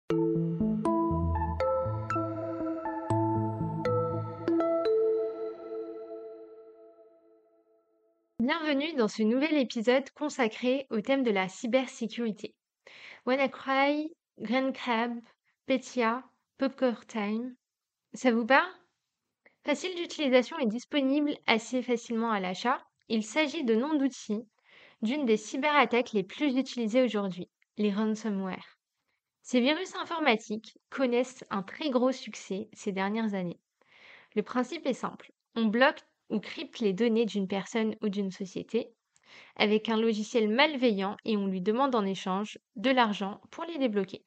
Bienvenue dans ce nouvel épisode consacré au thème de la cybersécurité. WannaCry, GrandCrab, Petya, Popcore Time, ça vous parle? Facile d'utilisation et disponible assez facilement à l'achat, il s'agit de noms d'outils d'une des cyberattaques les plus utilisées aujourd'hui, les ransomware. Ces virus informatiques connaissent un très gros succès ces dernières années. Le principe est simple, on bloque ou crypte les données d'une personne ou d'une société avec un logiciel malveillant et on lui demande en échange de l'argent pour les débloquer.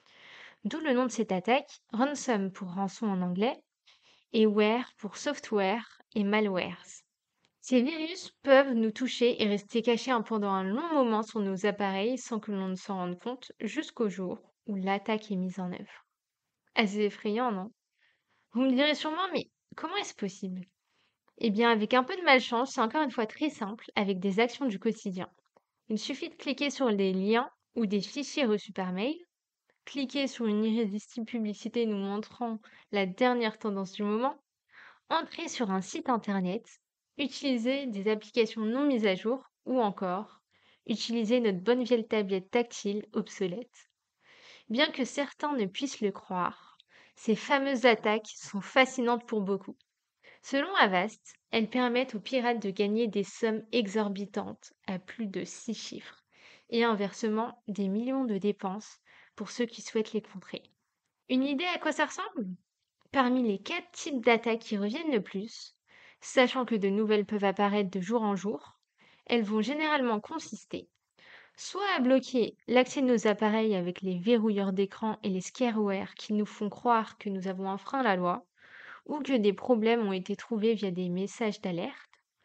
D'où le nom de cette attaque, ransom pour rançon en anglais, et ware pour software et malwares. Ces virus peuvent nous toucher et rester cachés pendant un long moment sur nos appareils sans que l'on ne s'en rende compte jusqu'au jour où l'attaque est mise en œuvre. Assez effrayant, non? Vous me direz sûrement, mais comment est-ce possible? Eh bien, avec un peu de malchance, c'est encore une fois très simple, avec des actions du quotidien. Il suffit de cliquer sur les liens ou des fichiers reçus par mail, cliquer sur une irrésistible publicité nous montrant la dernière tendance du moment, entrer sur un site internet, utiliser des applications non mises à jour ou encore utiliser notre bonne vieille tablette tactile obsolète. Bien que certains ne puissent le croire, ces fameuses attaques sont fascinantes pour beaucoup. Selon Avast, elles permettent aux pirates de gagner des sommes exorbitantes à plus de 6 chiffres et inversement des millions de dépenses pour ceux qui souhaitent les contrer. Une idée à quoi ça ressemble? Parmi les 4 types d'attaques qui reviennent le plus, sachant que de nouvelles peuvent apparaître de jour en jour, elles vont généralement consister soit à bloquer l'accès de nos appareils avec les verrouilleurs d'écran et les scareware qui nous font croire que nous avons enfreint la loi, ou que des problèmes ont été trouvés via des messages d'alerte,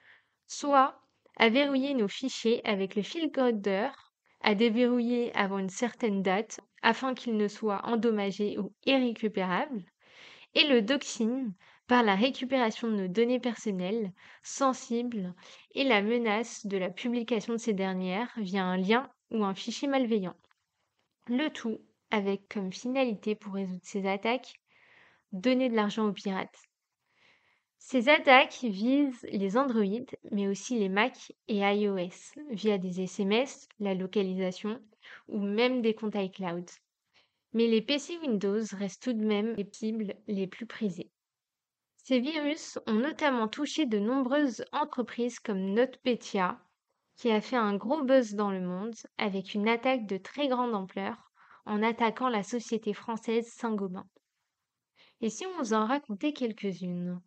soit à verrouiller nos fichiers avec le fil codeur, à déverrouiller avant une certaine date afin qu'ils ne soient endommagés ou irrécupérables, et le doxing par la récupération de nos données personnelles sensibles et la menace de la publication de ces dernières via un lien ou un fichier malveillant. Le tout avec comme finalité pour résoudre ces attaques, donner de l'argent aux pirates. Ces attaques visent les Android, mais aussi les Mac et iOS, via des SMS, la localisation ou même des comptes iCloud. Mais les PC Windows restent tout de même les cibles les plus prisées. Ces virus ont notamment touché de nombreuses entreprises comme NotPetya, qui a fait un gros buzz dans le monde avec une attaque de très grande ampleur en attaquant la société française Saint-Gobain. Et si on vous en racontait quelques-unes?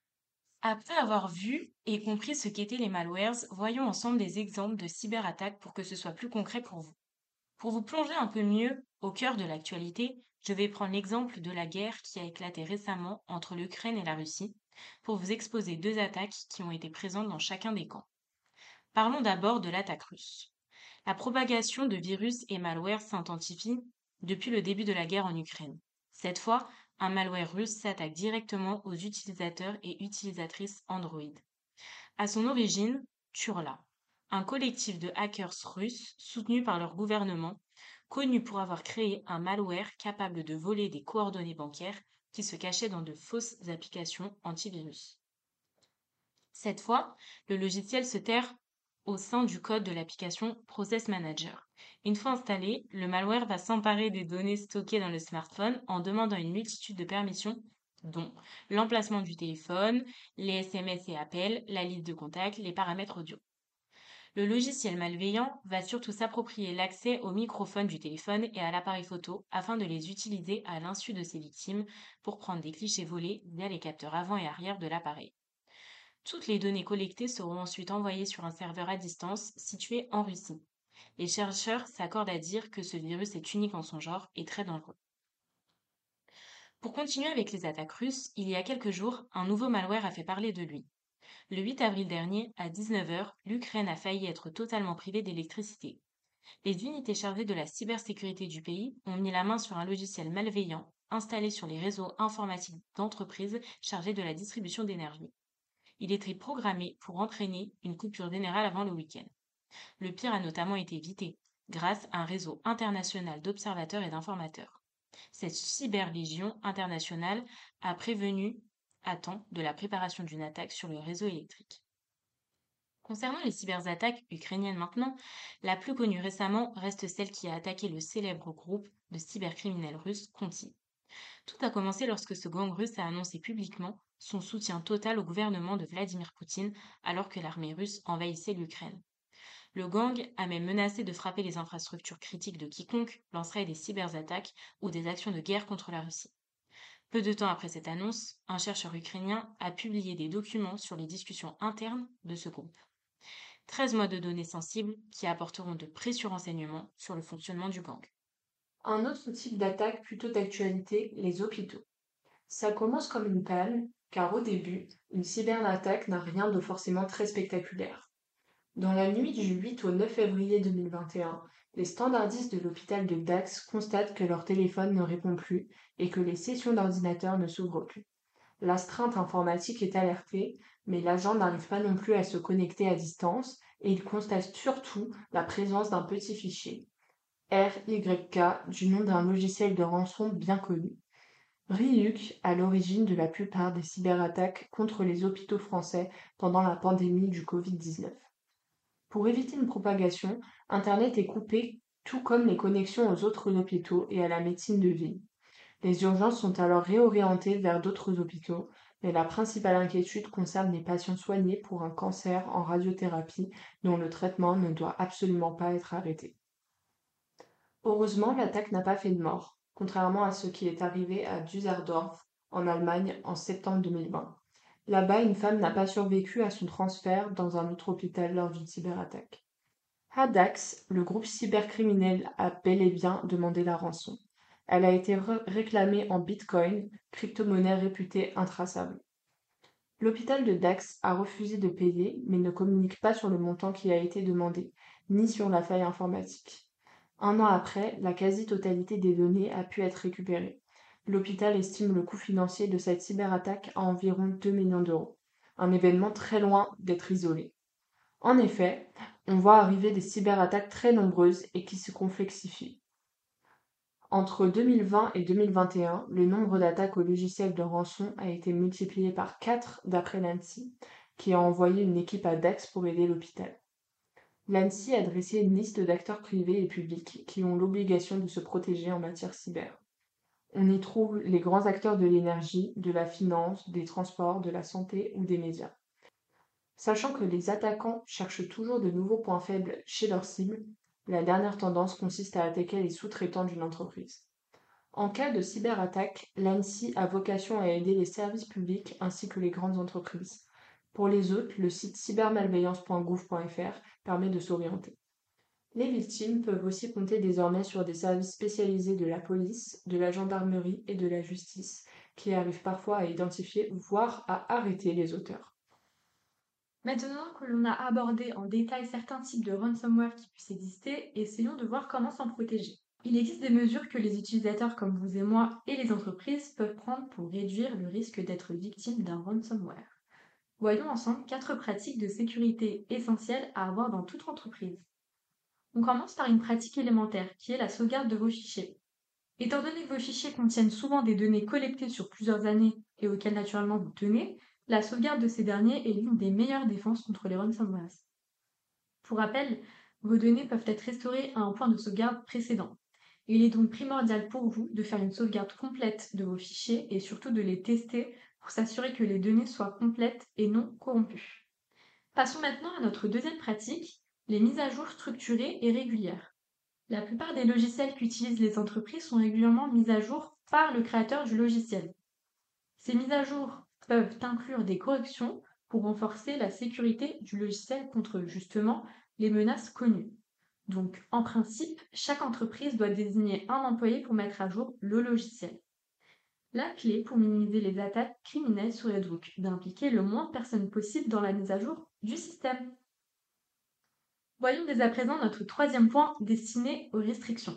Après avoir vu et compris ce qu'étaient les malwares, voyons ensemble des exemples de cyberattaques pour que ce soit plus concret pour vous. Pour vous plonger un peu mieux au cœur de l'actualité, je vais prendre l'exemple de la guerre qui a éclaté récemment entre l'Ukraine et la Russie, pour vous exposer deux attaques qui ont été présentes dans chacun des camps. Parlons d'abord de l'attaque russe. La propagation de virus et malwares s'intensifie depuis le début de la guerre en Ukraine. Cette fois, un malware russe s'attaque directement aux utilisateurs et utilisatrices Android. À son origine, Turla, un collectif de hackers russes soutenus par leur gouvernement, connu pour avoir créé un malware capable de voler des coordonnées bancaires qui se cachaient dans de fausses applications antivirus. Cette fois, le logiciel se terre au sein du code de l'application Process Manager. Une fois installé, le malware va s'emparer des données stockées dans le smartphone en demandant une multitude de permissions, dont l'emplacement du téléphone, les SMS et appels, la liste de contacts, les paramètres audio. Le logiciel malveillant va surtout s'approprier l'accès au microphone du téléphone et à l'appareil photo afin de les utiliser à l'insu de ses victimes pour prendre des clichés volés via les capteurs avant et arrière de l'appareil. Toutes les données collectées seront ensuite envoyées sur un serveur à distance situé en Russie. Les chercheurs s'accordent à dire que ce virus est unique en son genre et très dangereux. Pour continuer avec les attaques russes, il y a quelques jours, un nouveau malware a fait parler de lui. Le 8 avril dernier, à 19 heures, l'Ukraine a failli être totalement privée d'électricité. Les unités chargées de la cybersécurité du pays ont mis la main sur un logiciel malveillant installé sur les réseaux informatiques d'entreprises chargées de la distribution d'énergie. Il était programmé pour entraîner une coupure générale avant le week-end. Le pire a notamment été évité, grâce à un réseau international d'observateurs et d'informateurs. Cette cyberlégion internationale a prévenu à temps de la préparation d'une attaque sur le réseau électrique. Concernant les cyberattaques ukrainiennes maintenant, la plus connue récemment reste celle qui a attaqué le célèbre groupe de cybercriminels russes Conti. Tout a commencé lorsque ce gang russe a annoncé publiquement son soutien total au gouvernement de Vladimir Poutine alors que l'armée russe envahissait l'Ukraine. Le gang a même menacé de frapper les infrastructures critiques de quiconque lancerait des cyberattaques ou des actions de guerre contre la Russie. Peu de temps après cette annonce, un chercheur ukrainien a publié des documents sur les discussions internes de ce groupe. 13 mois de données sensibles qui apporteront de précieux renseignements sur le fonctionnement du gang. Un autre type d'attaque plutôt d'actualité, les hôpitaux. Ça commence comme une panne, car au début, une cyberattaque n'a rien de forcément très spectaculaire. Dans la nuit du 8 au 9 février 2021, les standardistes de l'hôpital de Dax constatent que leur téléphone ne répond plus et que les sessions d'ordinateur ne s'ouvrent plus. L'astreinte informatique est alertée, mais l'agent n'arrive pas non plus à se connecter à distance et il constate surtout la présence d'un petit fichier, RYK, du nom d'un logiciel de rançon bien connu. Ryuk à l'origine de la plupart des cyberattaques contre les hôpitaux français pendant la pandémie du Covid-19. Pour éviter une propagation, Internet est coupé, tout comme les connexions aux autres hôpitaux et à la médecine de ville. Les urgences sont alors réorientées vers d'autres hôpitaux, mais la principale inquiétude concerne les patients soignés pour un cancer en radiothérapie dont le traitement ne doit absolument pas être arrêté. Heureusement, l'attaque n'a pas fait de mort, contrairement à ce qui est arrivé à Düsseldorf, en Allemagne, en septembre 2020. Là-bas, une femme n'a pas survécu à son transfert dans un autre hôpital lors d'une cyberattaque. À Dax, le groupe cybercriminel a bel et bien demandé la rançon. Elle a été réclamée en bitcoin, crypto-monnaie réputée intraçable. L'hôpital de Dax a refusé de payer, mais ne communique pas sur le montant qui a été demandé, ni sur la faille informatique. Un an après, la quasi-totalité des données a pu être récupérée. L'hôpital estime le coût financier de cette cyberattaque à environ 2 millions d'euros. Un événement très loin d'être isolé. En effet, on voit arriver des cyberattaques très nombreuses et qui se complexifient. Entre 2020 et 2021, le nombre d'attaques au logiciel de rançon a été multiplié par 4 d'après l'ANSSI, qui a envoyé une équipe à Dax pour aider l'hôpital. L'ANSSI a dressé une liste d'acteurs privés et publics qui ont l'obligation de se protéger en matière cyber. On y trouve les grands acteurs de l'énergie, de la finance, des transports, de la santé ou des médias. Sachant que les attaquants cherchent toujours de nouveaux points faibles chez leurs cibles, la dernière tendance consiste à attaquer les sous-traitants d'une entreprise. En cas de cyberattaque, l'ANSSI a vocation à aider les services publics ainsi que les grandes entreprises. Pour les autres, le site cybermalveillance.gouv.fr permet de s'orienter. Les victimes peuvent aussi compter désormais sur des services spécialisés de la police, de la gendarmerie et de la justice, qui arrivent parfois à identifier, voire à arrêter les auteurs. Maintenant que l'on a abordé en détail certains types de ransomware qui puissent exister, essayons de voir comment s'en protéger. Il existe des mesures que les utilisateurs comme vous et moi et les entreprises peuvent prendre pour réduire le risque d'être victime d'un ransomware. Voyons ensemble 4 pratiques de sécurité essentielles à avoir dans toute entreprise. On commence par une pratique élémentaire qui est la sauvegarde de vos fichiers. Étant donné que vos fichiers contiennent souvent des données collectées sur plusieurs années et auxquelles naturellement vous tenez, la sauvegarde de ces derniers est l'une des meilleures défenses contre les ransomware. Pour rappel, vos données peuvent être restaurées à un point de sauvegarde précédent. Il est donc primordial pour vous de faire une sauvegarde complète de vos fichiers et surtout de les tester pour s'assurer que les données soient complètes et non corrompues. Passons maintenant à notre deuxième pratique, les mises à jour structurées et régulières. La plupart des logiciels qu'utilisent les entreprises sont régulièrement mises à jour par le créateur du logiciel. Ces mises à jour peuvent inclure des corrections pour renforcer la sécurité du logiciel contre justement les menaces connues. Donc, en principe, chaque entreprise doit désigner un employé pour mettre à jour le logiciel. La clé pour minimiser les attaques criminelles serait donc d'impliquer le moins de personnes possible dans la mise à jour du système. Voyons dès à présent notre troisième point destiné aux restrictions.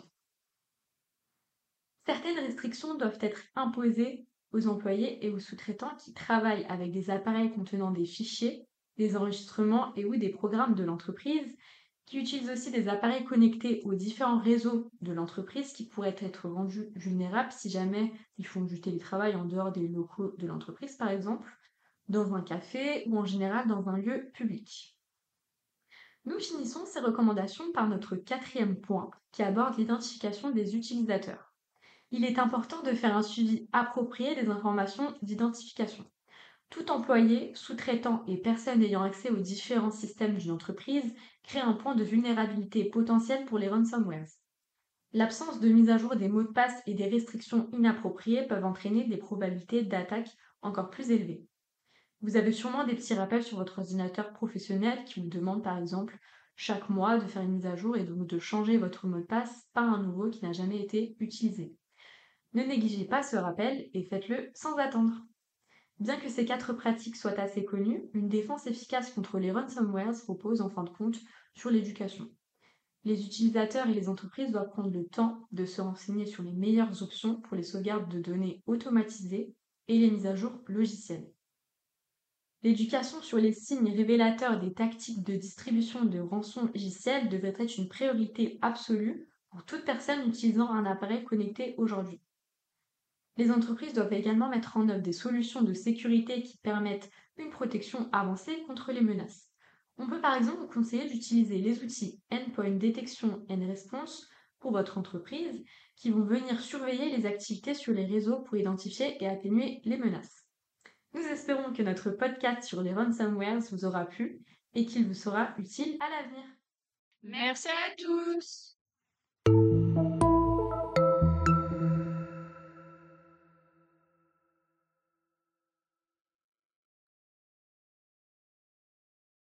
Certaines restrictions doivent être imposées aux employés et aux sous-traitants qui travaillent avec des appareils contenant des fichiers, des enregistrements et ou des programmes de l'entreprise qui utilisent aussi des appareils connectés aux différents réseaux de l'entreprise qui pourraient être rendus vulnérables si jamais ils font du télétravail en dehors des locaux de l'entreprise, par exemple, dans un café ou en général dans un lieu public. Nous finissons ces recommandations par notre quatrième point qui aborde l'identification des utilisateurs. Il est important de faire un suivi approprié des informations d'identification. Tout employé, sous-traitant et personne ayant accès aux différents systèmes d'une entreprise crée un point de vulnérabilité potentiel pour les ransomwares. L'absence de mise à jour des mots de passe et des restrictions inappropriées peuvent entraîner des probabilités d'attaque encore plus élevées. Vous avez sûrement des petits rappels sur votre ordinateur professionnel qui vous demandent par exemple chaque mois de faire une mise à jour et donc de changer votre mot de passe par un nouveau qui n'a jamais été utilisé. Ne négligez pas ce rappel et faites-le sans attendre. Bien que ces 4 pratiques soient assez connues, une défense efficace contre les ransomwares repose en fin de compte sur l'éducation. Les utilisateurs et les entreprises doivent prendre le temps de se renseigner sur les meilleures options pour les sauvegardes de données automatisées et les mises à jour logicielles. L'éducation sur les signes révélateurs des tactiques de distribution de rançons logicielles devrait être une priorité absolue pour toute personne utilisant un appareil connecté aujourd'hui. Les entreprises doivent également mettre en œuvre des solutions de sécurité qui permettent une protection avancée contre les menaces. On peut par exemple vous conseiller d'utiliser les outils Endpoint Detection and Response pour votre entreprise qui vont venir surveiller les activités sur les réseaux pour identifier et atténuer les menaces. Nous espérons que notre podcast sur les ransomwares vous aura plu et qu'il vous sera utile à l'avenir. Merci à tous!